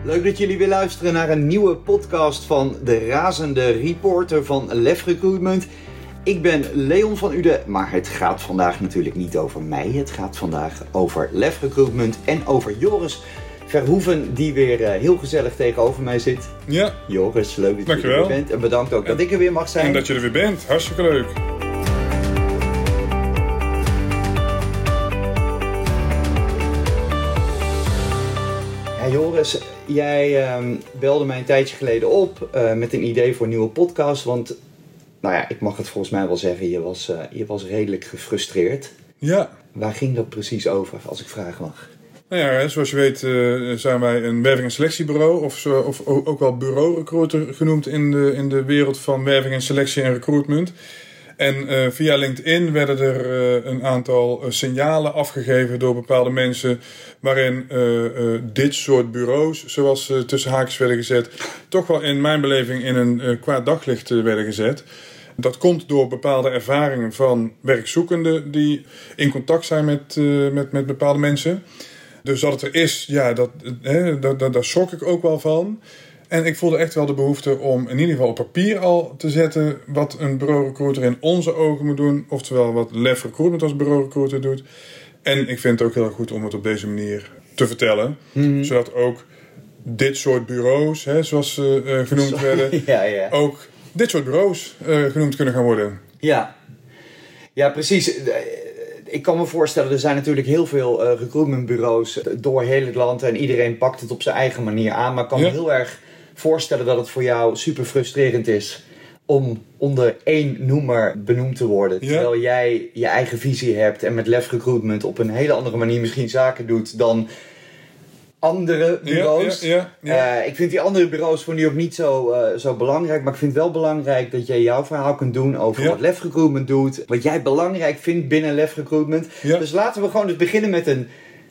Leuk dat jullie weer luisteren naar een nieuwe podcast van de razende reporter van Lef Recruitment. Ik ben Leon van Uden, maar het gaat vandaag natuurlijk niet over mij. Het gaat vandaag over Lef Recruitment en over Joris Verhoeven, die weer heel gezellig tegenover mij zit. Ja. Joris, leuk dat je er weer bent. En bedankt ook dat ik er weer mag zijn. En dat je er weer bent. Hartstikke leuk. Ja, Joris, jij belde mij een tijdje geleden op met een idee voor een nieuwe podcast. Want, nou ja, ik mag het volgens mij wel zeggen, je was redelijk gefrustreerd. Ja. Waar ging dat precies over, als ik vragen mag? Nou ja, zoals je weet zijn wij een werving- en selectiebureau. Of ook wel bureau-recruiter genoemd in de wereld van werving en selectie en recruitment. En via LinkedIn werden er een aantal signalen afgegeven door bepaalde mensen, waarin dit soort bureaus, zoals tussen haakjes werden gezet, toch wel in mijn beleving in een kwaad daglicht werden gezet. Dat komt door bepaalde ervaringen van werkzoekenden die in contact zijn met bepaalde mensen. Dus dat het er is, ja, daar schrok ik ook wel van. En ik voelde echt wel de behoefte om in ieder geval op papier al te zetten wat een bureau-recruiter in onze ogen moet doen. Oftewel wat Lef Recruitment als bureau-recruiter doet. En ik vind het ook heel erg goed om het op deze manier te vertellen. Mm-hmm. Zodat ook dit soort bureaus, zoals ze genoemd werden, ja. Ook dit soort bureaus genoemd kunnen gaan worden. Ja, precies. Ik kan me voorstellen, er zijn natuurlijk heel veel recruitmentbureaus door heel het land en iedereen pakt het op zijn eigen manier aan. Maar ik kan me heel erg voorstellen dat het voor jou super frustrerend is om onder één noemer benoemd te worden. Ja. Terwijl jij je eigen visie hebt en met Lef Recruitment op een hele andere manier misschien zaken doet dan andere bureaus. Ja. Ik vind die andere bureaus voor nu ook niet zo belangrijk. Maar ik vind het wel belangrijk dat jij jouw verhaal kunt doen over wat Lef Recruitment doet. Wat jij belangrijk vindt binnen Lef Recruitment. Ja. Dus laten we gewoon beginnen met een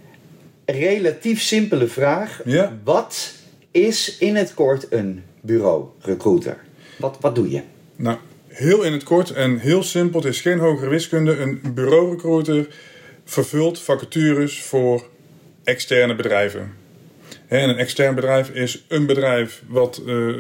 relatief simpele vraag. Ja. Wat is in het kort een bureau recruiter? Wat doe je? Nou, heel in het kort en heel simpel. Het is geen hogere wiskunde. Een bureau recruiter vervult vacatures voor externe bedrijven. En een extern bedrijf is een bedrijf wat,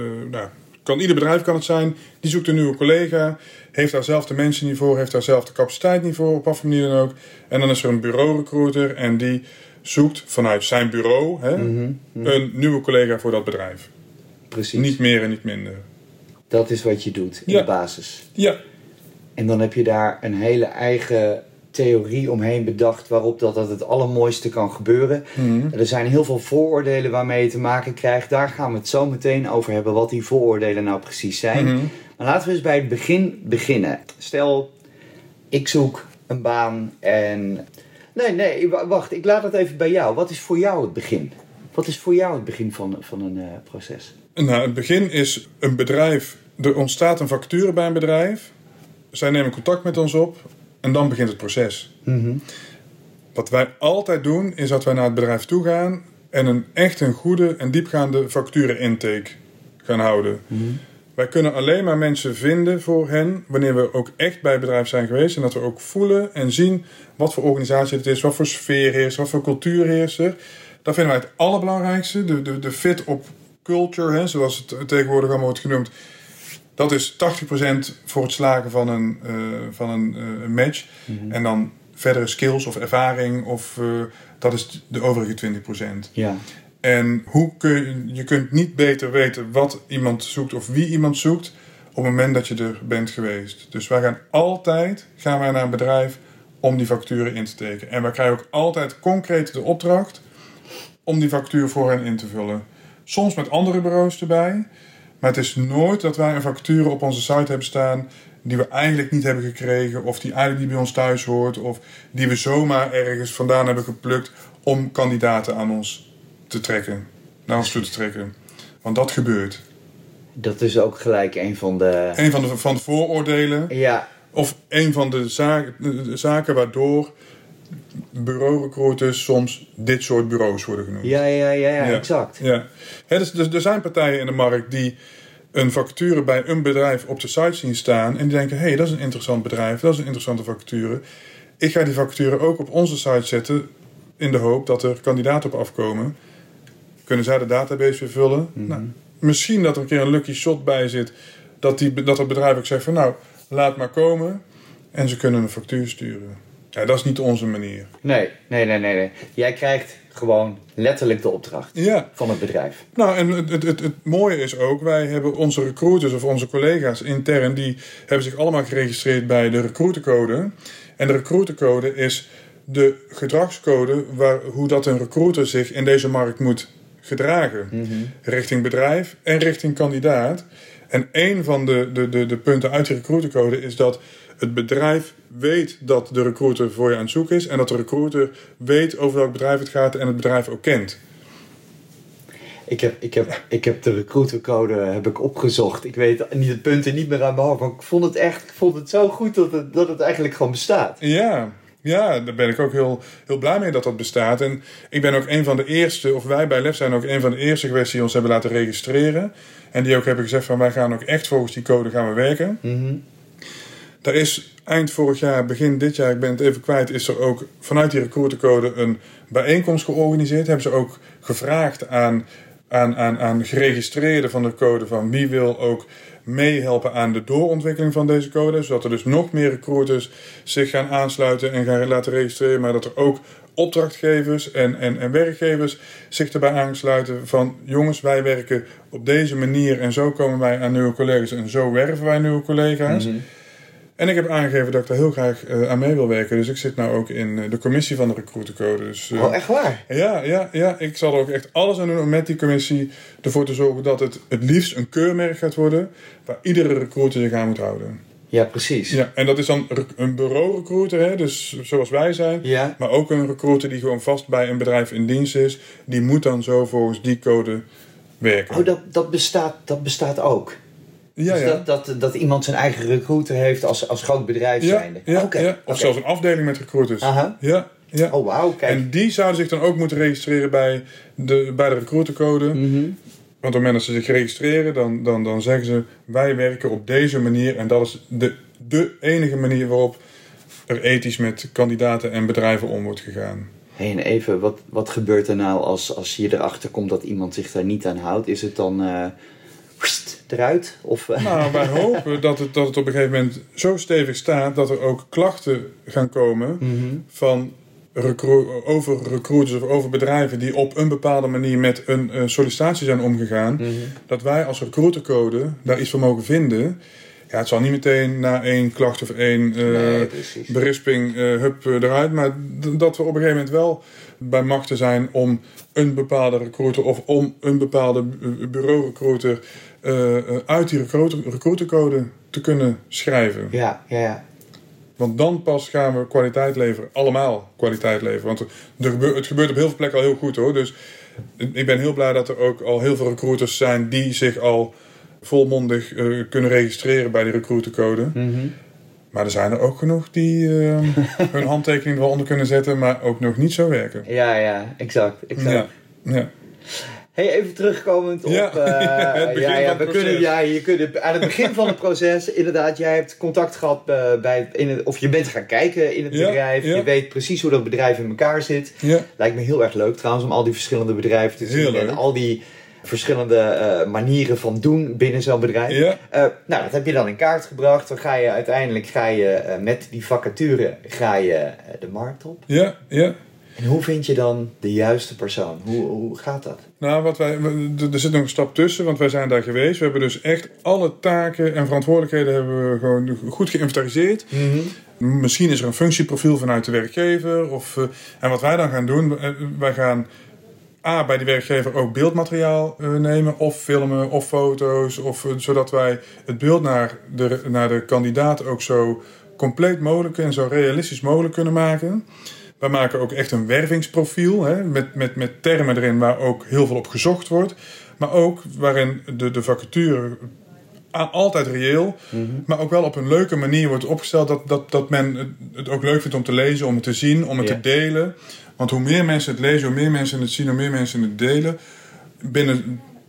ieder bedrijf kan het zijn, die zoekt een nieuwe collega, heeft daar zelf de mensen niet voor, heeft daar zelf de capaciteit niet voor, op wat voor manier dan ook. En dan is er een bureau recruiter en die zoekt vanuit zijn bureau een nieuwe collega voor dat bedrijf. Precies. Niet meer en niet minder. Dat is wat je doet in de basis. Ja. En dan heb je daar een hele eigen theorie omheen bedacht waarop dat het allermooiste kan gebeuren. Mm-hmm. Er zijn heel veel vooroordelen waarmee je te maken krijgt. Daar gaan we het zo meteen over hebben wat die vooroordelen nou precies zijn. Mm-hmm. Maar laten we eens bij het begin beginnen. Stel, ik zoek een baan en... Nee, wacht. Ik laat het even bij jou. Wat is voor jou het begin? Wat is voor jou het begin van een proces? Nou, het begin is een bedrijf. Er ontstaat een vacature bij een bedrijf. Zij nemen contact met ons op. En dan begint het proces. Mm-hmm. Wat wij altijd doen, is dat wij naar het bedrijf toe gaan en een goede en diepgaande vacature-intake gaan houden. Mm-hmm. Wij kunnen alleen maar mensen vinden voor hen wanneer we ook echt bij het bedrijf zijn geweest en dat we ook voelen en zien wat voor organisatie het is, wat voor sfeer heerst, wat voor cultuur heerst er. Dat vinden wij het allerbelangrijkste. De fit op culture, zoals het tegenwoordig allemaal wordt genoemd. Dat is 80% voor het slagen van een match. Mm-hmm. En dan verdere skills of ervaring, dat is de overige 20%. Ja. En je kunt niet beter weten wat iemand zoekt of wie iemand zoekt op het moment dat je er bent geweest. Dus wij gaan altijd naar een bedrijf om die vacature in te tekenen. En wij krijgen ook altijd concreet de opdracht om die vacature voor hen in te vullen. Soms met andere bureaus erbij. Maar het is nooit dat wij een vacature op onze site hebben staan die we eigenlijk niet hebben gekregen of die eigenlijk niet bij ons thuis hoort of die we zomaar ergens vandaan hebben geplukt om kandidaten aan ons te trekken, naar ons toe te trekken. Want dat gebeurt. Dat is ook gelijk een van de vooroordelen. Ja. Of een van de zaken waardoor bureau-recruiters soms dit soort bureaus worden genoemd. Ja, exact. Ja. Dus er zijn partijen in de markt die een vacature bij een bedrijf op de site zien staan en die denken, hey, dat is een interessant bedrijf, dat is een interessante vacature. Ik ga die vacature ook op onze site zetten in de hoop dat er kandidaten op afkomen. kunnen zij de database weer vullen. Nou, misschien dat er een keer een lucky shot bij zit, dat het bedrijf ook zegt van nou, laat maar komen. En ze kunnen een factuur sturen. Ja, dat is niet onze manier. Nee. Jij krijgt gewoon letterlijk de opdracht van het bedrijf. Nou, en het mooie is ook, wij hebben onze recruiters of onze collega's intern, die hebben zich allemaal geregistreerd bij de recruitercode. En de recruitercode is de gedragscode hoe dat een recruiter zich in deze markt moet gedragen. Richting bedrijf en richting kandidaat. En een van de punten uit die recruitercode is dat het bedrijf weet dat de recruiter voor je aan het zoeken is en dat de recruiter weet over welk bedrijf het gaat en het bedrijf ook kent. Ik heb de recruitercode opgezocht. Ik weet niet het punten niet meer aan mijn hoofd, maar ik vond het zo goed dat het eigenlijk gewoon bestaat. Ja, daar ben ik ook heel blij mee dat dat bestaat. En ik ben ook een van de eerste, of wij bij LEF zijn ook een van de eerste geweest die ons hebben laten registreren. En die ook hebben gezegd van wij gaan ook echt volgens die code gaan we werken. Daar is eind vorig jaar, begin dit jaar, ik ben het even kwijt, is er ook vanuit die recruitercode een bijeenkomst georganiseerd. Hebben ze ook gevraagd aan geregistreerden van de code van wie wil ook meehelpen aan de doorontwikkeling van deze code. Zodat er dus nog meer recruiters zich gaan aansluiten en gaan laten registreren. Maar dat er ook opdrachtgevers en werkgevers zich erbij aansluiten van jongens, wij werken op deze manier en zo komen wij aan nieuwe collega's en zo werven wij nieuwe collega's. En ik heb aangegeven dat ik daar heel graag aan mee wil werken. Dus ik zit nou ook in de commissie van de recruitercode. Dus, echt waar? Ja. Ik zal er ook echt alles aan doen om met die commissie ervoor te zorgen dat het liefst een keurmerk gaat worden waar iedere recruiter zich aan moet houden. Ja, precies. Ja, en dat is dan een bureau-recruiter, hè, dus zoals wij zijn. Ja. Maar ook een recruiter die gewoon vast bij een bedrijf in dienst is. Die moet dan zo volgens die code werken. Oh, dat bestaat ook? Ja, dus dat iemand zijn eigen recruiter heeft als groot bedrijf zijnde? Ja. Of zelfs een afdeling met recruiters. Aha. Ja. Oh, wauw, kijk. En die zouden zich dan ook moeten registreren bij de recruitercode. Want op het moment dat ze zich registreren, dan zeggen ze wij werken op deze manier. En dat is de enige manier waarop er ethisch met kandidaten en bedrijven om wordt gegaan. Hey, en even, wat gebeurt er nou als je erachter komt dat iemand zich daar niet aan houdt? Is het dan eruit? Of, Nou, wij hopen dat het op een gegeven moment zo stevig staat dat er ook klachten gaan komen van over recruiters of over bedrijven die op een bepaalde manier met een sollicitatie zijn omgegaan. Dat wij als recruitercode daar iets van mogen vinden. Ja, het zal niet meteen na één klacht of één berisping eruit. Maar dat we op een gegeven moment wel bij machten zijn om een bepaalde recruiter of om een bepaalde bureau-recruiter uit die recruitercode te kunnen schrijven. Ja. Want dan pas gaan we kwaliteit leveren. Allemaal kwaliteit leveren. Want het gebeurt op heel veel plekken al heel goed hoor. Dus ik ben heel blij dat er ook al heel veel recruiters zijn die zich al volmondig kunnen registreren bij die recruitercode. Maar er zijn er ook genoeg die hun handtekening eronder kunnen zetten, maar ook nog niet zo werken. Ja, exact. Ja. Hey, even terugkomend op... je kunt aan het begin van het proces, inderdaad, jij hebt contact gehad of je bent gaan kijken in het bedrijf. Je weet precies hoe dat bedrijf in elkaar zit. Lijkt me heel erg leuk trouwens, om al die verschillende bedrijven te zien en al die verschillende manieren van doen binnen zo'n bedrijf. Nou, dat heb je dan in kaart gebracht. Dan ga je uiteindelijk met die vacature de markt op. Ja. En hoe vind je dan de juiste persoon? Hoe gaat dat? Nou, er zit nog een stap tussen, want wij zijn daar geweest. We hebben dus echt alle taken en verantwoordelijkheden hebben we gewoon goed geïnventariseerd. Misschien is er een functieprofiel vanuit de werkgever. En wat wij dan gaan doen, wij gaan bij die werkgever ook beeldmateriaal nemen, of filmen, of foto's. Zodat wij het beeld naar de kandidaat ook zo compleet mogelijk en zo realistisch mogelijk kunnen maken. Wij maken ook echt een wervingsprofiel, hè, met termen erin waar ook heel veel op gezocht wordt. Maar ook waarin de vacature altijd reëel, maar ook wel op een leuke manier wordt opgesteld dat men het ook leuk vindt om te lezen, om het te zien, om het te delen. Want hoe meer mensen het lezen, hoe meer mensen het zien, hoe meer mensen het delen. Binnen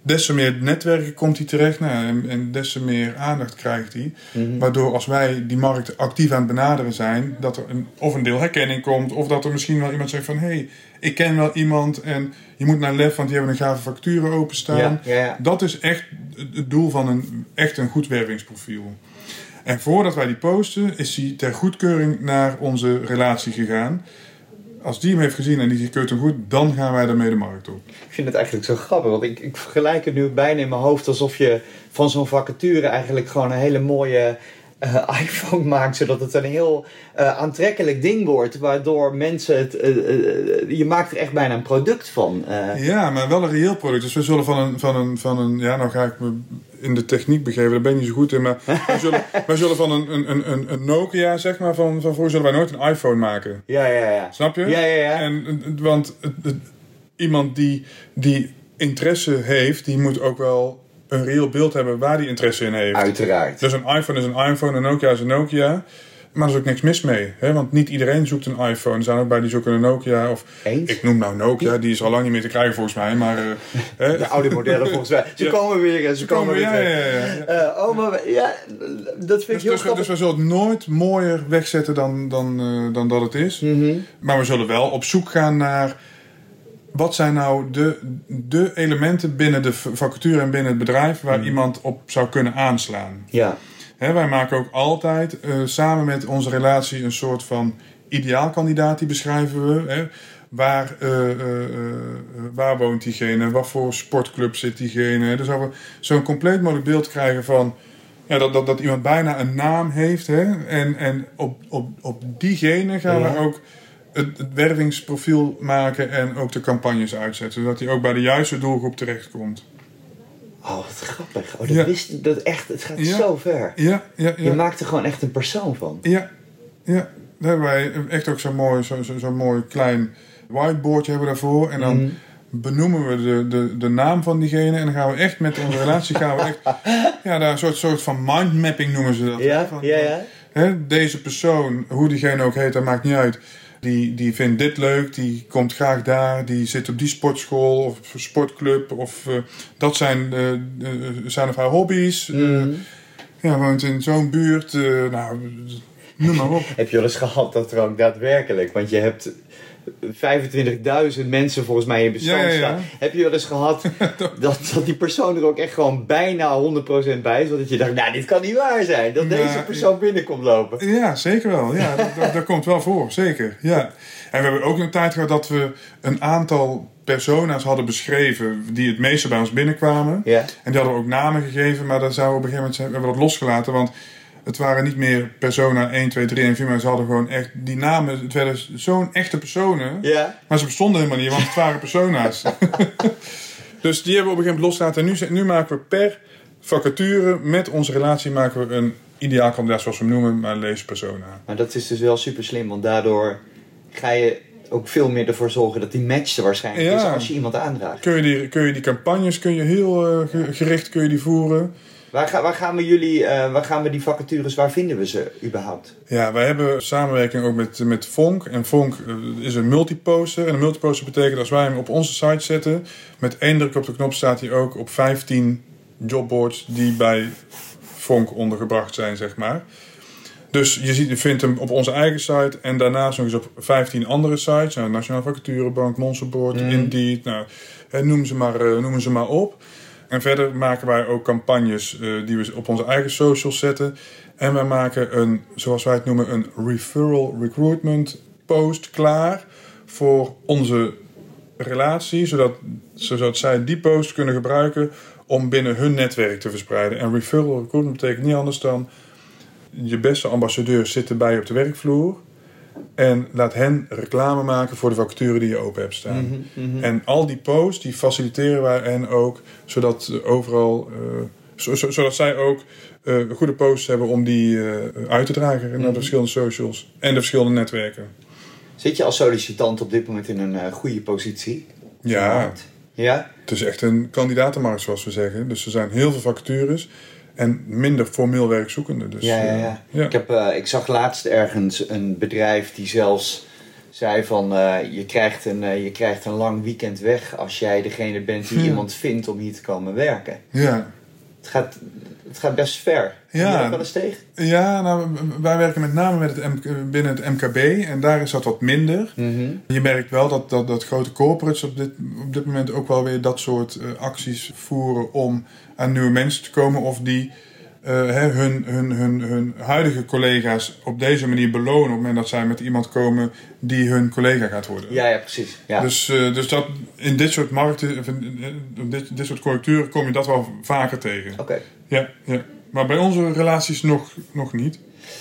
des te meer netwerken komt hij terecht. En des te meer aandacht krijgt hij. Waardoor als wij die markt actief aan het benaderen zijn, dat er of een deel herkenning komt, of dat er misschien wel iemand zegt van, hey, ik ken wel iemand en je moet naar Lef, want die hebben een gave facturen openstaan. Ja. Dat is echt het doel van echt een goed wervingsprofiel. En voordat wij die posten, is hij ter goedkeuring naar onze relatie gegaan. Als die hem heeft gezien en die keurt hem goed, dan gaan wij daarmee de markt op. Ik vind het eigenlijk zo grappig, want ik vergelijk het nu bijna in mijn hoofd alsof je van zo'n vacature eigenlijk gewoon een hele mooie iPhone maakt, zodat het een heel aantrekkelijk ding wordt, waardoor mensen het... je maakt er echt bijna een product van. Ja, maar wel een reëel product. Dus we zullen van een ja, nou ga ik me in de techniek begeven, daar ben ik niet zo goed in, maar wij zullen van een Nokia, zeg maar, van vroeger zullen wij nooit een iPhone maken. Ja. Snap je? Ja. Want iemand die interesse heeft, die moet ook wel een reëel beeld hebben waar die interesse in heeft. Uiteraard. Dus een iPhone is een iPhone, een Nokia is een Nokia. Maar er is ook niks mis mee. Hè? Want niet iedereen zoekt een iPhone. Er zijn ook bij die zoeken een Nokia. Of, ik noem nou Nokia, die is al lang niet meer te krijgen volgens mij. Maar, de oude modellen volgens mij. Ze komen weer. Ze komen weer. Ja. Dat vind ik heel grappig. Dus we zullen het nooit mooier wegzetten dan dat het is. Maar we zullen wel op zoek gaan naar... Wat zijn nou de elementen binnen de vacature en binnen het bedrijf waar iemand op zou kunnen aanslaan? Ja. Wij maken ook altijd samen met onze relatie een soort van ideaalkandidaat, die beschrijven we. Waar woont diegene? Wat voor sportclub zit diegene? Dus dat we zo'n compleet mogelijk beeld krijgen van dat iemand bijna een naam heeft. En op diegene gaan we ook het wervingsprofiel maken en ook de campagnes uitzetten. Zodat hij ook bij de juiste doelgroep terechtkomt. Oh, wat grappig. Wist dat echt, het gaat zo ver. Ja. Je maakt er gewoon echt een persoon van. Ja. Daar hebben wij echt ook zo'n mooi klein whiteboardje hebben we daarvoor. En dan benoemen we de naam van diegene. En dan gaan we echt met onze relatie daar een soort van mindmapping noemen ze dat. Ja. Deze persoon, hoe diegene ook heet, dat maakt niet uit. Die vindt dit leuk, die komt graag daar, die zit op die sportschool of sportclub. Of dat zijn of haar hobby's. Woont in zo'n buurt. Noem maar op. Heb je wel eens gehad dat er ook daadwerkelijk, want je hebt 25.000 mensen volgens mij in bestand staan. Heb je wel eens gehad dat die persoon er ook echt gewoon bijna 100% bij is? Dat je dacht, dit kan niet waar zijn. Dat deze persoon binnenkomt lopen. Ja, zeker wel. Ja, dat komt wel voor, zeker. Ja. En we hebben ook een tijd gehad dat we een aantal persona's hadden beschreven die het meeste bij ons binnenkwamen. Ja. En die hadden we ook namen gegeven, maar daar zouden we op een gegeven moment hebben we dat losgelaten, want het waren niet meer persona 1, 2, 3 en 4, maar ze hadden gewoon echt die namen. Het werden zo'n echte personen. Ja. Maar ze bestonden helemaal niet, want het waren persona's. Dus die hebben we op een gegeven moment losgelaten. En nu maken we per vacature met onze relatie maken we een ideaal kandidaat, zoals we hem noemen, maar lees persona. Maar dat is dus wel super slim, want daardoor ga je ook veel meer ervoor zorgen dat die match er waarschijnlijk is als je iemand aanraakt. Kun je die campagnes heel gericht die voeren. Waar gaan we die vacatures, waar vinden we ze überhaupt? Ja, wij hebben samenwerking ook met Vonk. En Vonk is een multiposter. En een multiposter betekent als wij hem op onze site zetten, met 1 druk op de knop staat hij ook op 15 jobboards die bij Vonk ondergebracht zijn, zeg maar. Dus je vindt hem op onze eigen site en daarnaast nog eens op 15 andere sites. Nationale Vacaturebank, Monsterboard, Indeed, noem ze maar op. En verder maken wij ook campagnes die we op onze eigen socials zetten. En wij maken zoals wij het noemen, een referral recruitment post klaar voor onze relatie. Zodat zij die post kunnen gebruiken om binnen hun netwerk te verspreiden. En referral recruitment betekent niet anders dan je beste ambassadeurs zitten bij je op de werkvloer. En laat hen reclame maken voor de vacature die je open hebt staan. En al die posts, die faciliteren wij hen ook, zodat overal, zodat zij ook goede posts hebben om die uit te dragen naar de verschillende socials en de verschillende netwerken. Zit je als sollicitant op dit moment in een goede positie? Ja. Ja. Het is echt een kandidatenmarkt, zoals we zeggen. Dus er zijn heel veel vacatures. En minder formeel werkzoekenden. Dus, ja. Ik zag laatst ergens een bedrijf die zelfs zei van je krijgt een lang weekend weg als jij degene bent die iemand vindt om hier te komen werken. Ja. Het gaat best ver. Kom je dat wel eens tegen? Ja, nou, wij werken met name binnen het MKB en daar is dat wat minder. Mm-hmm. Je merkt wel dat grote corporates op dit moment ook wel weer dat soort acties voeren om aan nieuwe mensen te komen of die hun huidige collega's op deze manier belonen op het moment dat zij met iemand komen die hun collega gaat worden. Ja, precies. Ja. Dus dat in dit soort markten, dit soort conjuncturen kom je dat wel vaker tegen. Oké. Ja. Maar bij onze relaties nog niet.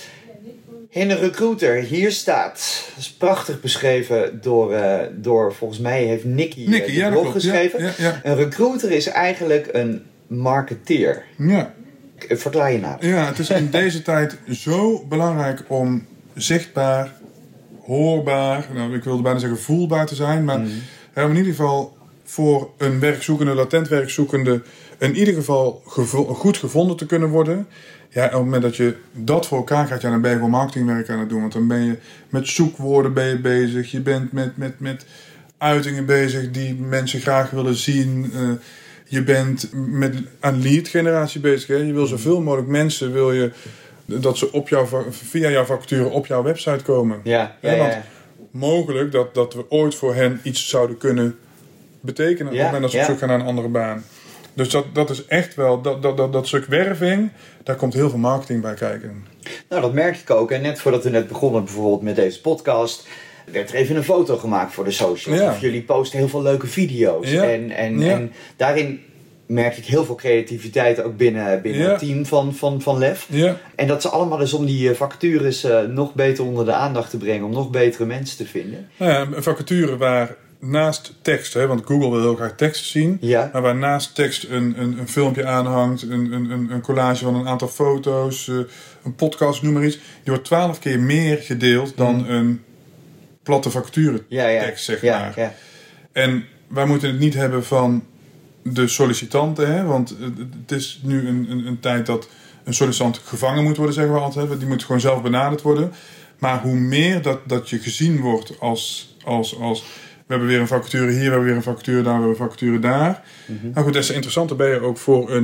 In een recruiter, hier staat, dat is prachtig beschreven door volgens mij heeft Nicky de blog geschreven. Ja. Een recruiter is eigenlijk een marketeer. Ja. Verklaar je nader. Ja, het is in deze tijd zo belangrijk om zichtbaar, hoorbaar, nou, ik wilde bijna zeggen voelbaar te zijn, maar in ieder geval voor een werkzoekende, latent werkzoekende, in ieder geval goed gevonden te kunnen worden. Ja, op het moment dat je dat voor elkaar krijgt, dan ben je gewoon marketingwerk aan het doen. Want dan ben je met zoekwoorden bezig. Je bent met uitingen bezig die mensen graag willen zien. Je bent aan lead generatie bezig. Hè? Je wil zoveel mogelijk mensen, dat ze via jouw vacature op jouw website komen. Want mogelijk dat we ooit voor hen iets zouden kunnen betekenen. Op het moment dat ze op zoek gaan naar een andere baan. Dus dat is echt wel, dat stuk werving, daar komt heel veel marketing bij kijken. Nou, dat merk ik ook. En net voordat we net begonnen bijvoorbeeld met deze podcast, werd er even een foto gemaakt voor de socials. Of jullie posten heel veel leuke video's. Ja. En daarin merk ik heel veel creativiteit ook binnen het team van Lef. Ja. En dat ze allemaal dus om die vacatures nog beter onder de aandacht te brengen. Om nog betere mensen te vinden. Nou ja, een vacature waar naast tekst, want Google wil heel graag tekst zien. Ja. Maar waar naast tekst een filmpje aanhangt, een collage van een aantal foto's, een podcast, noem maar iets. Die wordt 12 keer meer gedeeld dan een platte vacature tekst, zeg maar. Ja. En wij moeten het niet hebben van de sollicitanten, want het is nu een tijd dat een sollicitant gevangen moet worden, zeggen we altijd. Die moet gewoon zelf benaderd worden. Maar hoe meer dat je gezien wordt als we hebben weer een vacature hier, we hebben weer een vacature daar, we hebben een vacature daar. Mm-hmm. Nou goed, des te interessanter ben je ook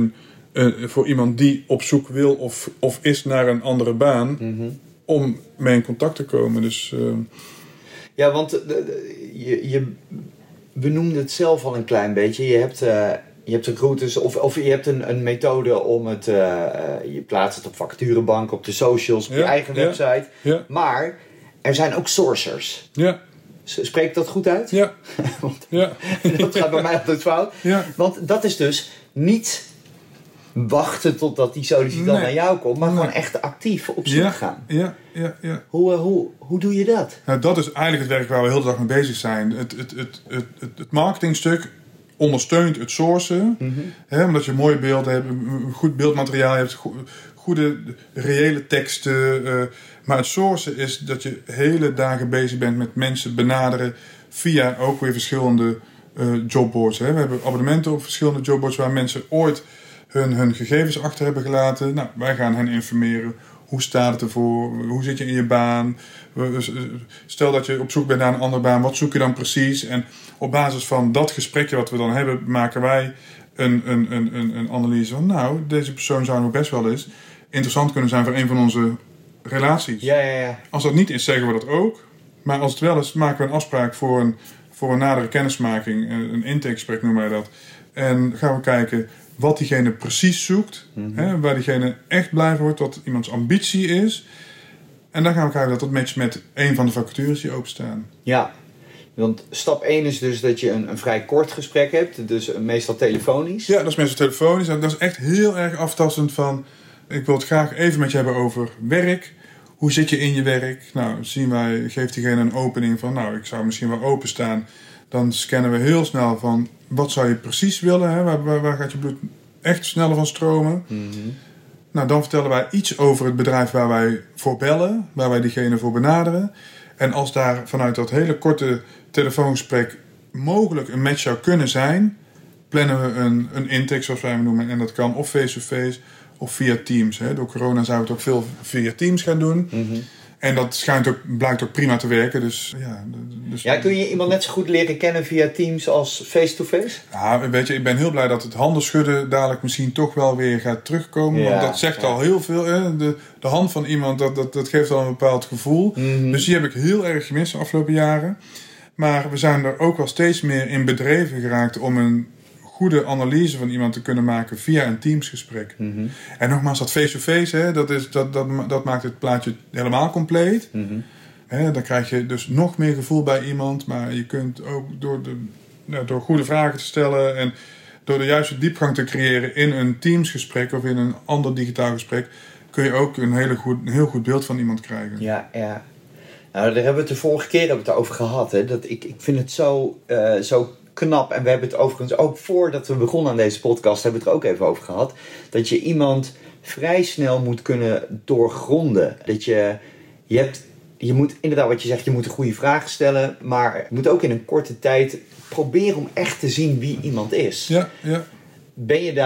voor iemand die op zoek wil of is naar een andere baan, om mee in contact te komen. Dus, ja, want je benoemde het zelf al een klein beetje. Je hebt recruiters of je hebt een methode om het, je plaatst het op vacaturebank, op de socials, op je eigen website. Ja. Maar er zijn ook sourcers. Ja. Spreek ik dat goed uit? Ja. Dat gaat bij mij altijd fout. Ja. Want dat is dus niet wachten totdat die sollicitant naar jou komt, maar gewoon echt actief op zoek gaan. Ja. Hoe doe je dat? Nou, dat is eigenlijk het werk waar we de hele dag mee bezig zijn. Het marketingstuk ondersteunt het sourcen. Omdat je mooi beeld hebt, goed beeldmateriaal hebt, goede reële teksten. Maar het sourcen is dat je hele dagen bezig bent met mensen benaderen via ook weer verschillende jobboards. We hebben abonnementen op verschillende jobboards waar mensen ooit hun gegevens achter hebben gelaten. Nou, wij gaan hen informeren. Hoe staat het ervoor? Hoe zit je in je baan? Stel dat je op zoek bent naar een andere baan. Wat zoek je dan precies? En op basis van dat gesprekje wat we dan hebben, maken wij een analyse van, nou, deze persoon zou nog best wel eens interessant kunnen zijn voor een van onze relaties. Ja. Als dat niet is, zeggen we dat ook. Maar als het wel is, maken we een afspraak voor een nadere kennismaking. Een intakegesprek noemen wij dat. En gaan we kijken wat diegene precies zoekt. Waar diegene echt blij wordt. Wat iemands ambitie is. En dan gaan we kijken dat matcht met een van de vacatures die openstaan. Ja, want stap 1 is dus dat je een vrij kort gesprek hebt. Dus meestal telefonisch. Ja, dat is meestal telefonisch. En dat is echt heel erg aftastend van, ik wil het graag even met je hebben over werk. Hoe zit je in je werk? Nou, geeft diegene een opening van, nou, ik zou misschien wel openstaan. Dan scannen we heel snel van, wat zou je precies willen? Waar gaat je bloed echt sneller van stromen? Nou, dan vertellen wij iets over het bedrijf waar wij voor bellen. Waar wij diegene voor benaderen. En als daar vanuit dat hele korte telefoongesprek mogelijk een match zou kunnen zijn, plannen we een intake, zoals wij hem noemen. En dat kan of face-to-face of via Teams. Door corona zouden we het ook veel via Teams gaan doen. En dat blijkt ook prima te werken. Dus, kun je iemand net zo goed leren kennen via Teams als face-to-face? Ja, weet je, ik ben heel blij dat het handen schudden dadelijk misschien toch wel weer gaat terugkomen. Want dat zegt al heel veel. Hè? De hand van iemand, dat geeft al een bepaald gevoel. Mm-hmm. Dus die heb ik heel erg gemist de afgelopen jaren. Maar we zijn er ook wel steeds meer in bedreven geraakt om een goede analyse van iemand te kunnen maken via een Teamsgesprek. Mm-hmm. En nogmaals, dat face-to-face, hè, dat maakt het plaatje helemaal compleet. Mm-hmm. Dan krijg je dus nog meer gevoel bij iemand. Maar je kunt ook door goede vragen te stellen en door de juiste diepgang te creëren in een Teamsgesprek of in een ander digitaal gesprek, kun je ook een heel goed beeld van iemand krijgen. Ja. Nou, daar hebben we het de vorige keer over gehad. Hè? Dat ik vind het zo knap. En we hebben het overigens ook voordat we begonnen aan deze podcast, hebben we het er ook even over gehad. Dat je iemand vrij snel moet kunnen doorgronden. Dat je moet inderdaad wat je zegt, je moet een goede vraag stellen. Maar je moet ook in een korte tijd proberen om echt te zien wie iemand is. Ja. Ben je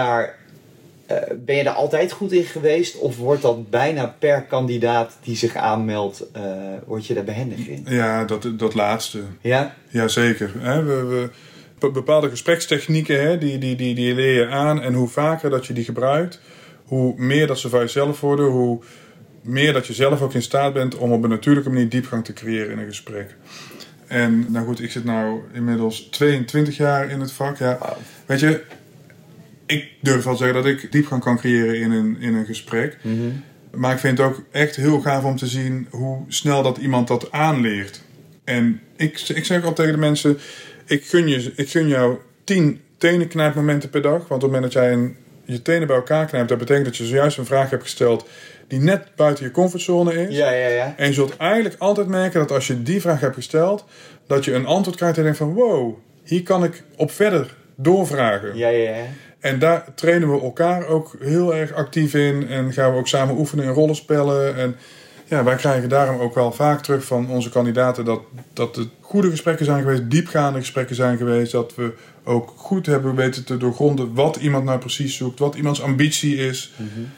daar altijd goed in geweest? Of wordt dat bijna per kandidaat die zich aanmeldt, word je daar behendig in? Ja, dat laatste. Ja? Ja, zeker. We bepaalde gesprekstechnieken, die leer je aan. En hoe vaker dat je die gebruikt, hoe meer dat ze van jezelf worden, hoe meer dat je zelf ook in staat bent om op een natuurlijke manier diepgang te creëren in een gesprek. En nou goed, ik zit nou inmiddels 22 jaar in het vak. Ja, wow. Weet je, ik durf wel te zeggen dat ik diepgang kan creëren in een gesprek. Mm-hmm. Maar ik vind het ook echt heel gaaf om te zien hoe snel dat iemand dat aanleert. En ik zeg ook al tegen de mensen, ik gun jou 10 tenenknijpmomenten per dag. Want op het moment dat jij je tenen bij elkaar knijpt, dat betekent dat je zojuist een vraag hebt gesteld die net buiten je comfortzone is. Ja. En je zult eigenlijk altijd merken dat als je die vraag hebt gesteld, dat je een antwoord krijgt en denkt van wow, hier kan ik op verder doorvragen. Ja. En daar trainen we elkaar ook heel erg actief in en gaan we ook samen oefenen in rollenspellen. En ja, wij krijgen daarom ook wel vaak terug van onze kandidaten dat het goede gesprekken zijn geweest, diepgaande gesprekken zijn geweest, dat we ook goed hebben weten te doorgronden wat iemand nou precies zoekt, wat iemands ambitie is. Mm-hmm.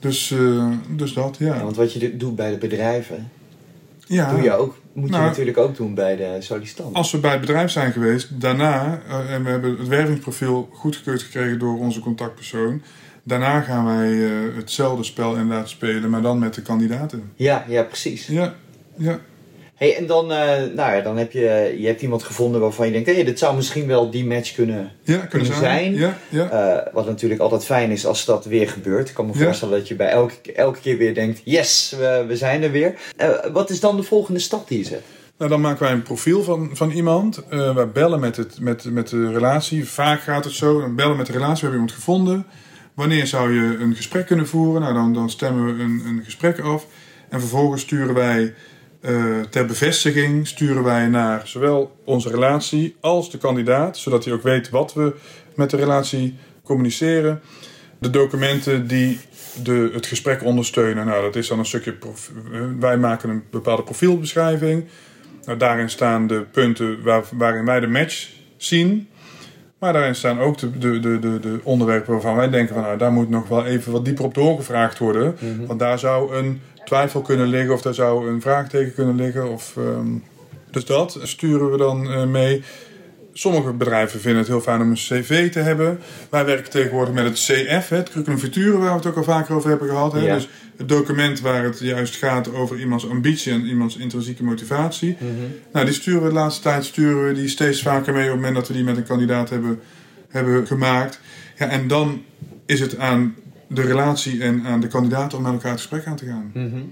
Dus dat, ja. Want wat je doet bij de bedrijven, ja, moet je natuurlijk ook doen bij de sollicitant. Als we bij het bedrijf zijn geweest, daarna, en we hebben het wervingsprofiel goedgekeurd gekregen door onze contactpersoon, daarna gaan wij hetzelfde spel inderdaad spelen, maar dan met de kandidaten. Ja, precies. Ja. Hey, en dan heb je hebt iemand gevonden waarvan je denkt, dit zou misschien wel die match kunnen zijn. Ja. Wat natuurlijk altijd fijn is als dat weer gebeurt. Ik kan me voorstellen dat je bij elke keer weer denkt, yes, we zijn er weer. Wat is dan de volgende stap die je zet? Nou, dan maken wij een profiel van iemand. Wij bellen met de relatie. Vaak gaat het zo. Dan bellen met de relatie. We hebben iemand gevonden. Wanneer zou je een gesprek kunnen voeren? Nou, dan stemmen we een gesprek af. En vervolgens sturen wij ter bevestiging naar zowel onze relatie als de kandidaat. Zodat hij ook weet wat we met de relatie communiceren. De documenten die het gesprek ondersteunen. Nou, dat is dan een stukje wij maken een bepaalde profielbeschrijving. Nou, daarin staan de punten waarin wij de match zien. Maar daarin staan ook de onderwerpen waarvan wij denken van daar moet nog wel even wat dieper op doorgevraagd worden. Mm-hmm. Want daar zou een twijfel kunnen liggen of daar zou een vraagteken kunnen liggen. Dus dat sturen we dan mee. Sommige bedrijven vinden het heel fijn om een cv te hebben. Wij werken tegenwoordig met het CF, het curriculum vitae, waar we het ook al vaker over hebben gehad. Ja. Dus het document waar het juist gaat over iemands ambitie en iemands intrinsieke motivatie. Mm-hmm. Nou, die sturen we de laatste tijd steeds vaker mee op het moment dat we die met een kandidaat hebben gemaakt. Ja, en dan is het aan de relatie en aan de kandidaat om met elkaar het gesprek aan te gaan. Mm-hmm.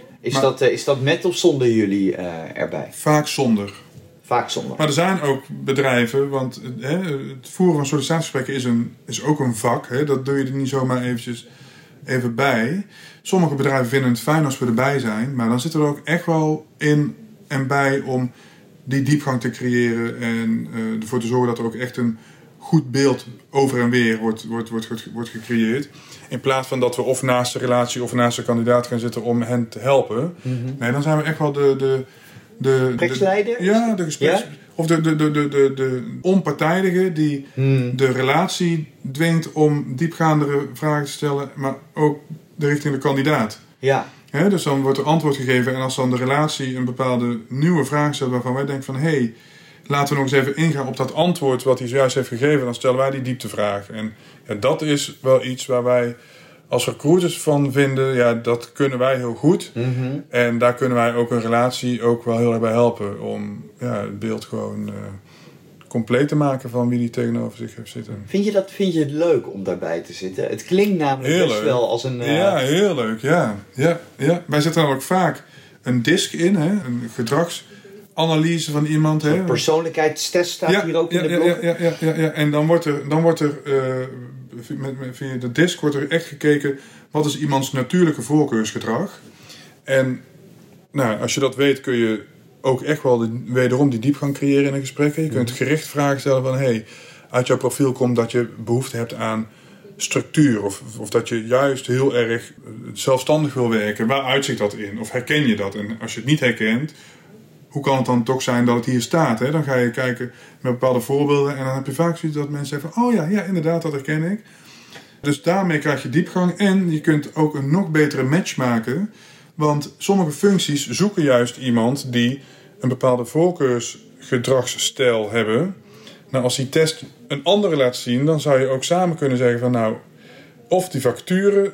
Is dat met of zonder jullie erbij? Vaak zonder. Maar er zijn ook bedrijven, want het voeren van sollicitatiegesprekken is ook een vak. Dat doe je er niet zomaar even bij. Sommige bedrijven vinden het fijn als we erbij zijn, maar dan zitten we er ook echt wel in en bij om die diepgang te creëren en ervoor te zorgen dat er ook echt een goed beeld over en weer wordt gecreëerd. In plaats van dat we of naast de relatie of naast de kandidaat gaan zitten om hen te helpen. Mm-hmm. Nee, dan zijn we echt wel de gespreksleider? De gespreks... Ja? Of de onpartijdige die de relatie dwingt om diepgaandere vragen te stellen, maar ook de richting de kandidaat. Ja. Dus dan wordt er antwoord gegeven en als dan de relatie een bepaalde nieuwe vraag stelt waarvan wij denken van laten we nog eens even ingaan op dat antwoord wat hij zojuist heeft gegeven, dan stellen wij die dieptevraag. En dat is wel iets waar wij als recruiters van vinden, dat kunnen wij heel goed. Mm-hmm. En daar kunnen wij ook een relatie ook wel heel erg bij helpen om het beeld gewoon compleet te maken van wie die tegenover zich heeft zitten. Vind je het leuk om daarbij te zitten? Het klinkt namelijk heel best leuk. Wel als een... Ja, heel leuk. Ja. Wij zetten namelijk vaak een DISC in, een gedragsanalyse van iemand. Een persoonlijkheidstest staat hier ook in de blog. Ja. En dan wordt er via de DISC wordt er echt gekeken wat is iemands natuurlijke voorkeursgedrag. En als je dat weet kun je ook echt wel wederom die diepgang creëren in een gesprek. Je kunt gericht vragen stellen van uit jouw profiel komt dat je behoefte hebt aan structuur. Of dat je juist heel erg zelfstandig wil werken. Waar uitzicht dat in? Of herken je dat? En als je het niet herkent, hoe kan het dan toch zijn dat het hier staat? Hè? Dan ga je kijken met bepaalde voorbeelden en dan heb je vaak zoiets dat mensen zeggen van ja, inderdaad, dat herken ik. Dus daarmee krijg je diepgang en je kunt ook een nog betere match maken. Want sommige functies zoeken juist iemand die een bepaalde voorkeursgedragsstijl hebben. Nou, als die test een andere laat zien, dan zou je ook samen kunnen zeggen van of die vacature,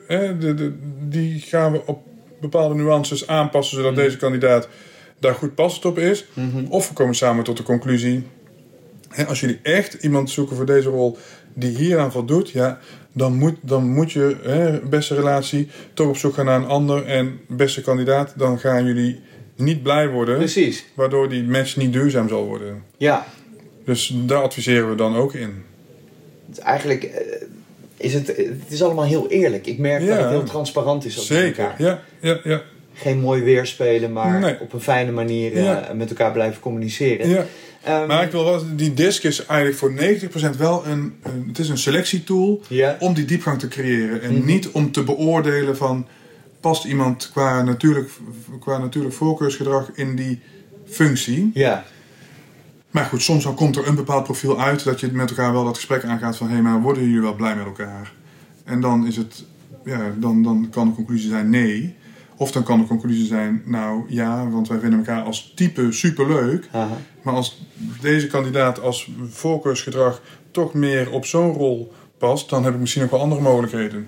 die gaan we op bepaalde nuances aanpassen zodat deze kandidaat daar goed passend op is. Mm-hmm. Of we komen samen tot de conclusie, als jullie echt iemand zoeken voor deze rol die hieraan voldoet, dan moet je, beste relatie, toch op zoek gaan naar een ander en beste kandidaat, dan gaan jullie niet blij worden. Precies. Waardoor die match niet duurzaam zal worden. Ja. Dus daar adviseren we dan ook in. Eigenlijk het is allemaal heel eerlijk. Ik merk dat het heel transparant is. Zeker, ja. Geen mooi weerspelen, maar op een fijne manier met elkaar blijven communiceren. Ja. Maar ik wil wel, die DISC is eigenlijk voor 90% wel het is een selectietool om die diepgang te creëren. En niet om te beoordelen van past iemand qua natuurlijk voorkeursgedrag in die functie. Ja. Maar goed, soms dan komt er een bepaald profiel uit dat je met elkaar wel dat gesprek aangaat van maar worden jullie wel blij met elkaar? En dan is het, dan kan de conclusie zijn nee. Of dan kan de conclusie zijn, want wij vinden elkaar als type superleuk. Aha. Maar als deze kandidaat als voorkeursgedrag toch meer op zo'n rol past, dan heb ik misschien ook wel andere mogelijkheden.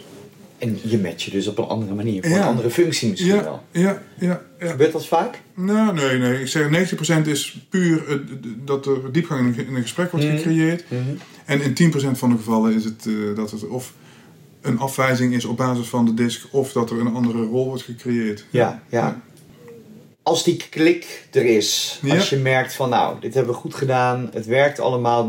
En je matcht je dus op een andere manier, voor een andere functie misschien wel. Ja. Gebeurt dat vaak? Nou, nee. Ik zeg 90% is puur dat er diepgang in een gesprek wordt gecreëerd. Mm-hmm. En in 10% van de gevallen is het dat het of een afwijzing is op basis van de DISC of dat er een andere rol wordt gecreëerd. Ja. Als die klik er is, als je merkt van dit hebben we goed gedaan, het werkt allemaal,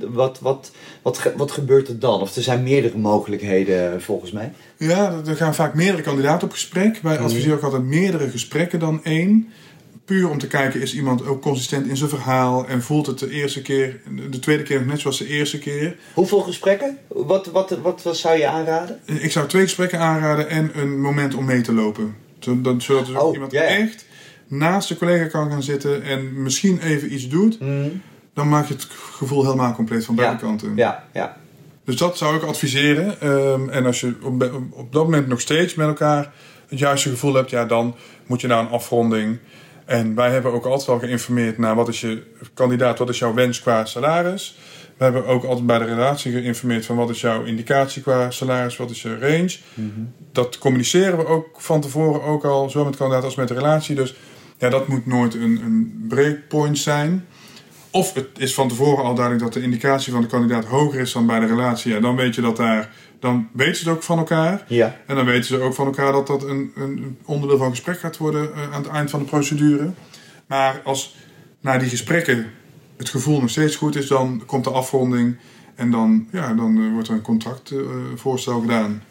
wat gebeurt er dan? Of er zijn meerdere mogelijkheden volgens mij. Ja, er gaan vaak meerdere kandidaten op gesprek. Wij adviseren ook altijd meerdere gesprekken dan één. Puur om te kijken, is iemand ook consistent in zijn verhaal en voelt het de tweede keer nog net zoals de eerste keer. Hoeveel gesprekken? Wat zou je aanraden? Ik zou 2 gesprekken aanraden en een moment om mee te lopen. Zodat dus ook iemand echt naast de collega kan gaan zitten en misschien even iets doet. Dan maak je het gevoel helemaal compleet van beide kanten. Ja. Dus dat zou ik adviseren. En als je op dat moment nog steeds met elkaar het juiste gevoel hebt, dan moet je naar een afronding. En wij hebben ook altijd wel geïnformeerd naar wat is je kandidaat, wat is jouw wens qua salaris. We hebben ook altijd bij de relatie geïnformeerd van wat is jouw indicatie qua salaris, wat is je range. Mm-hmm. Dat communiceren we ook van tevoren ook al, zowel met de kandidaat als met de relatie. Dus dat moet nooit een breakpoint zijn. Of het is van tevoren al duidelijk dat de indicatie van de kandidaat hoger is dan bij de relatie. Dan weet je dan weten ze het ook van elkaar. Ja. En dan weten ze ook van elkaar dat dat een onderdeel van gesprek gaat worden aan het eind van de procedure. Maar als na die gesprekken het gevoel nog steeds goed is, dan komt de afronding en dan wordt er een contractvoorstel gedaan.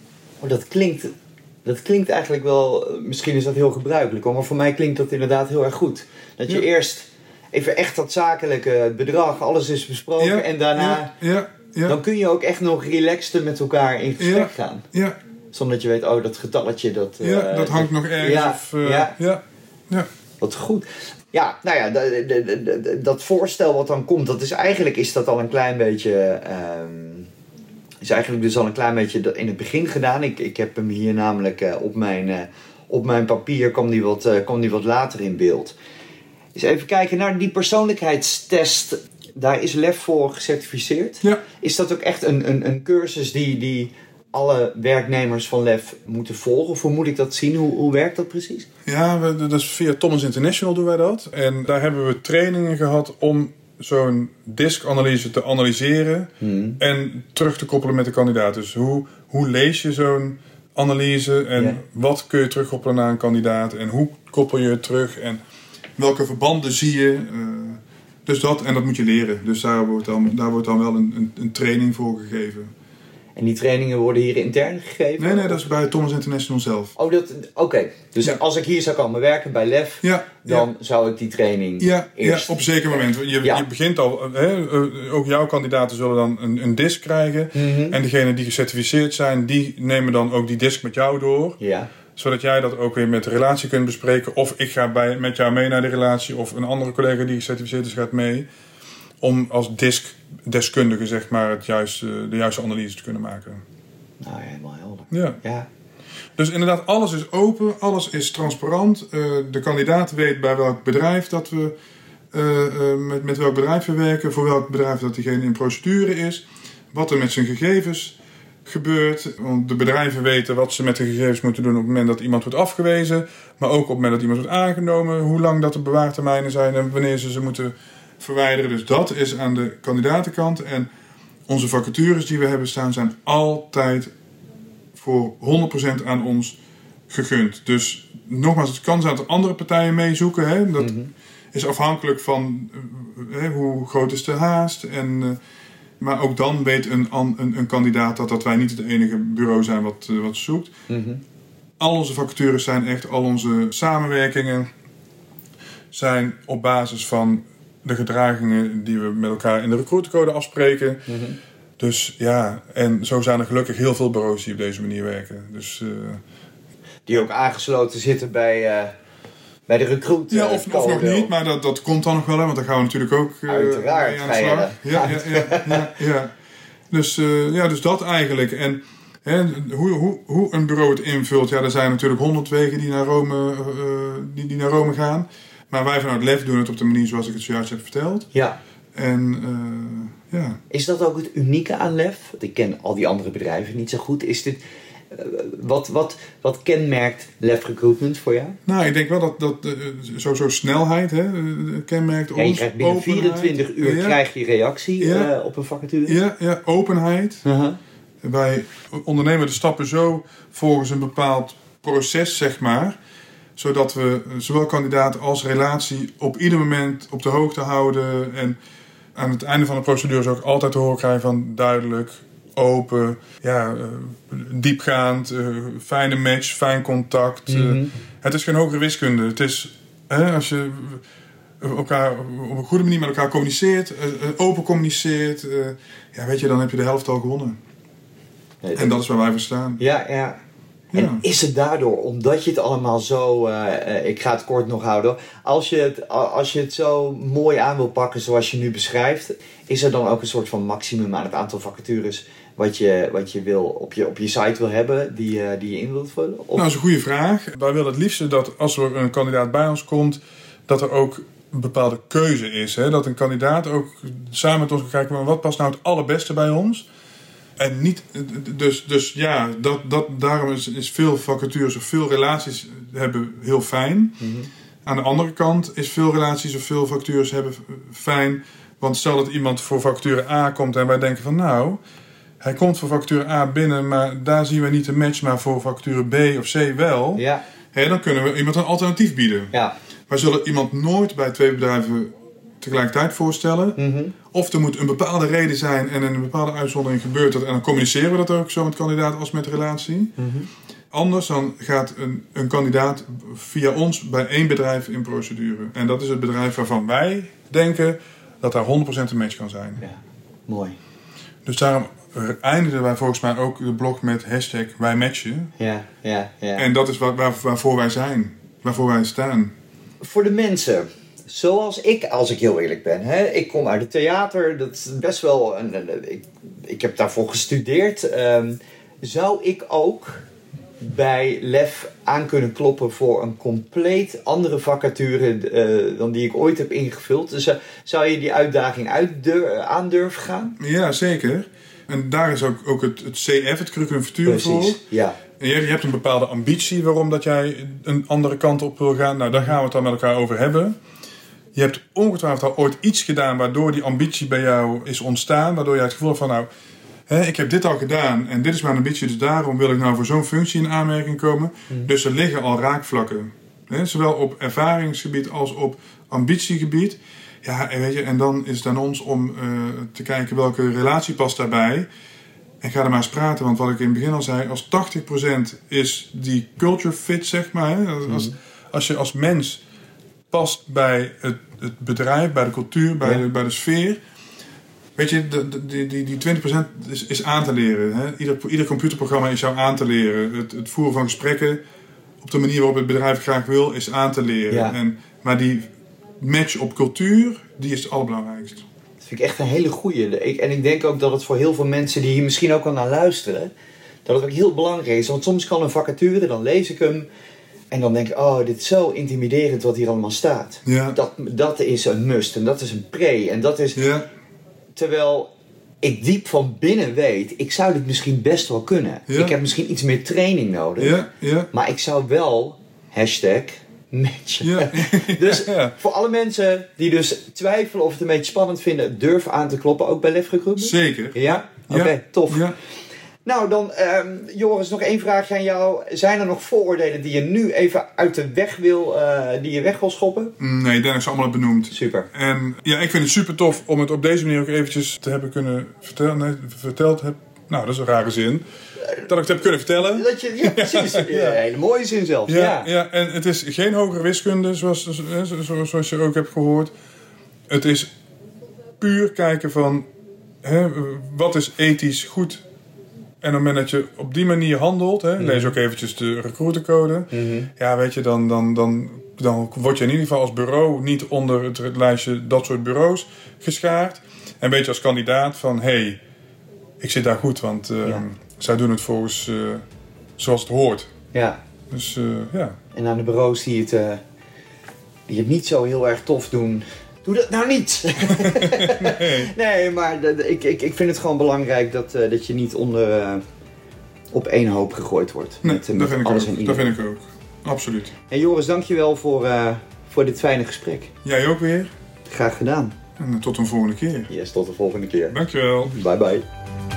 Dat klinkt eigenlijk wel, misschien is dat heel gebruikelijk, maar voor mij klinkt dat inderdaad heel erg goed. Dat je eerst even echt dat zakelijke bedrag, alles is besproken en daarna... Dan kun je ook echt nog relaxed met elkaar in gesprek gaan. Ja. Zonder dat je weet, dat getalletje... dat hangt nog ergens. Wat goed. Ja, dat voorstel wat dan komt, is dat al een klein beetje... is eigenlijk dus al een klein beetje in het begin gedaan. Ik heb hem hier namelijk op op mijn papier kwam die wat later in beeld. Dus even kijken naar die persoonlijkheidstest. Daar is LEF voor gecertificeerd. Ja. Is dat ook echt een cursus die alle werknemers van LEF moeten volgen? Of hoe moet ik dat zien? Hoe werkt dat precies? Ja, dat is via Thomas International doen wij dat. En daar hebben we trainingen gehad om zo'n disk-analyse te analyseren en terug te koppelen met de kandidaat. Dus hoe lees je zo'n analyse en wat kun je terugkoppelen naar een kandidaat en hoe koppel je het terug en welke verbanden zie je. Dus dat moet je leren. Dus daar wordt dan wel een training voor gegeven. En die trainingen worden hier intern gegeven? Nee, dat is bij Thomas International zelf. Oké. Dus als ik hier zou komen werken bij LEF, dan zou ik die training eerst... Ja, op een zeker moment. Je begint al... ook jouw kandidaten zullen dan een disk krijgen. Mm-hmm. En degenen die gecertificeerd zijn, die nemen dan ook die disk met jou door. Ja. Zodat jij dat ook weer met de relatie kunt bespreken. Of ik ga met jou mee naar de relatie. Of een andere collega die gecertificeerd is gaat mee. Om als deskundige zeg maar de juiste analyse te kunnen maken. Nou, helemaal helder. Ja. Dus inderdaad, alles is open, alles is transparant. De kandidaat weet bij welk bedrijf dat we met welk bedrijf we werken, voor welk bedrijf dat diegene in procedure is, wat er met zijn gegevens gebeurt. Want de bedrijven weten wat ze met de gegevens moeten doen op het moment dat iemand wordt afgewezen, maar ook op het moment dat iemand wordt aangenomen, hoe lang dat de bewaartermijnen zijn en wanneer ze moeten verwijderen. Dus dat is aan de kandidatenkant. En onze vacatures die we hebben staan zijn altijd voor 100% aan ons gegund. Dus nogmaals, het kan zijn dat er andere partijen meezoeken. Hè? Dat is afhankelijk van hoe groot is de haast. Maar ook dan weet een kandidaat dat wij niet het enige bureau zijn wat zoekt. Mm-hmm. Al onze vacatures zijn echt, al onze samenwerkingen zijn op basis van de gedragingen die we met elkaar in de recruitercode afspreken. Mm-hmm. Dus ja, en zo zijn er gelukkig heel veel bureaus die op deze manier werken. Dus, die ook aangesloten zitten bij de recruiter. Ja, of nog niet, maar dat komt dan nog wel, hè, want dan gaan we natuurlijk ook uiteraard mee aan de slag. Ja. Dus dat eigenlijk. En hoe een bureau het invult, er zijn natuurlijk 100 wegen die naar Rome gaan. Maar wij vanuit LEF doen het op de manier zoals ik het zojuist heb verteld. Ja. En Is dat ook het unieke aan LEF? Want ik ken al die andere bedrijven niet zo goed. Is dit, wat kenmerkt LEF Recruitment voor jou? Nou, ik denk wel dat sowieso snelheid kenmerkt ons. Je krijgt binnen 24 uur krijg je reactie op een vacature. Ja, openheid. Uh-huh. Wij ondernemen de stappen zo volgens een bepaald proces, zeg maar, zodat we zowel kandidaat als relatie op ieder moment op de hoogte houden. En aan het einde van de procedure ook altijd te horen krijgen van duidelijk, open, diepgaand, fijne match, fijn contact. Mm-hmm. Het is geen hogere wiskunde. Het is als je elkaar op een goede manier met elkaar communiceert, open communiceert, dan heb je de helft al gewonnen. Nee, en dat is waar wij voor staan. Ja. En is het daardoor, omdat je het allemaal zo... ik ga het kort nog houden. Als je het zo mooi aan wil pakken zoals je nu beschrijft, is er dan ook een soort van maximum aan het aantal vacatures wat je wil op je site wil hebben, die je in wilt vullen? Of? Nou, dat is een goede vraag. Wij willen het liefst dat als er een kandidaat bij ons komt, dat er ook een bepaalde keuze is. Hè? Dat een kandidaat ook samen met ons kan kijken, maar wat past nou het allerbeste bij ons? En niet, daarom is veel vacatures of veel relaties hebben heel fijn. Mm-hmm. Aan de andere kant is veel relaties of veel vacatures hebben fijn. Want stel dat iemand voor vacature A komt en wij denken van hij komt voor vacature A binnen, maar daar zien we niet een match, maar voor vacature B of C wel. Ja. Dan kunnen we iemand een alternatief bieden. Ja. Wij zullen iemand nooit bij 2 bedrijven tegelijkertijd voorstellen. Mm-hmm. Of er moet een bepaalde reden zijn en in een bepaalde uitzondering gebeurt dat. En dan communiceren we dat ook zo met kandidaat als met de relatie. Mm-hmm. Anders dan gaat een kandidaat via ons bij 1 bedrijf in procedure. En dat is het bedrijf waarvan wij denken dat daar 100% een match kan zijn. Ja, mooi. Dus daarom eindigden wij volgens mij ook de blog met #WijMatchen. Ja. En dat is waarvoor wij zijn. Waarvoor wij staan. Voor de mensen, zoals ik, als ik heel eerlijk ben. Ik kom uit het theater. Dat is best wel ik heb daarvoor gestudeerd. Zou ik ook bij LEF aan kunnen kloppen voor een compleet andere vacature dan die ik ooit heb ingevuld. Dus zou je die uitdaging aan durven gaan? Ja, zeker. En daar is ook het CF, het curriculum future voor. Ja. En je hebt een bepaalde ambitie waarom dat jij een andere kant op wil gaan. Nou, daar gaan we het dan met elkaar over hebben. Je hebt ongetwijfeld al ooit iets gedaan waardoor die ambitie bij jou is ontstaan. Waardoor je het gevoel hebt van, nou, ik heb dit al gedaan en dit is mijn ambitie. Dus daarom wil ik nou voor zo'n functie in aanmerking komen. Dus er liggen al raakvlakken. Zowel op ervaringsgebied als op ambitiegebied. Ja, en weet je, en dan is het aan ons om te kijken welke relatie past daarbij. En ga er maar eens praten, want wat ik in het begin al zei, als 80% is die culture fit, zeg maar. Hè? Als je als mens past bij het bedrijf, bij de cultuur, bij de sfeer. Weet je, die 20% is aan te leren. Hè? Ieder computerprogramma is jou aan te leren. Het voeren van gesprekken op de manier waarop het bedrijf graag wil, is aan te leren. Ja. Maar die match op cultuur, die is het allerbelangrijkste. Dat vind ik echt een hele goeie. En ik denk ook dat het voor heel veel mensen die hier misschien ook al naar luisteren, dat het ook heel belangrijk is. Want soms kan een vacature, dan lees ik hem en dan denk ik, oh, dit is zo intimiderend wat hier allemaal staat. Ja. Dat is een must en dat is een pre. En dat is, terwijl ik diep van binnen weet, ik zou dit misschien best wel kunnen. Ja. Ik heb misschien iets meer training nodig. Ja. Maar ik zou wel, #matchen. Ja. Dus voor alle mensen die dus twijfelen of het een beetje spannend vinden, durf aan te kloppen, ook bij LEF Recruitment? Zeker. Ja? Oké, tof. Ja. Nou dan, Joris, nog één vraagje aan jou. Zijn er nog vooroordelen die je nu even uit de weg wil, die je weg wil schoppen? Nee, Dennis is allemaal benoemd. Super. En ja, ik vind het super tof om het op deze manier ook eventjes te hebben kunnen verteld. Nou, dat is een rare zin. Dat ik het heb kunnen vertellen. Ja, precies. Een hele mooie zin zelfs. Ja, en het is geen hogere wiskunde, zoals je ook hebt gehoord. Het is puur kijken van, wat is ethisch goed. En op het moment dat je op die manier handelt, lees ook eventjes de recruitercode. Ja, weet je, dan word je in ieder geval als bureau niet onder het lijstje dat soort bureaus geschaard. En weet je als kandidaat van, ik zit daar goed, want zij doen het volgens zoals het hoort. Ja. Dus ja. En aan de bureaus die het niet zo heel erg tof doen, doe dat nou niet. Nee, maar ik vind het gewoon belangrijk dat je niet op één hoop gegooid wordt. Nee, met dat vind alles ik ook. en iedereen. Dat vind ik ook. Absoluut. En Joris, dankjewel voor dit fijne gesprek. Jij ook weer. Graag gedaan. En tot een volgende keer. Yes, tot de volgende keer. Dankjewel. Bye bye.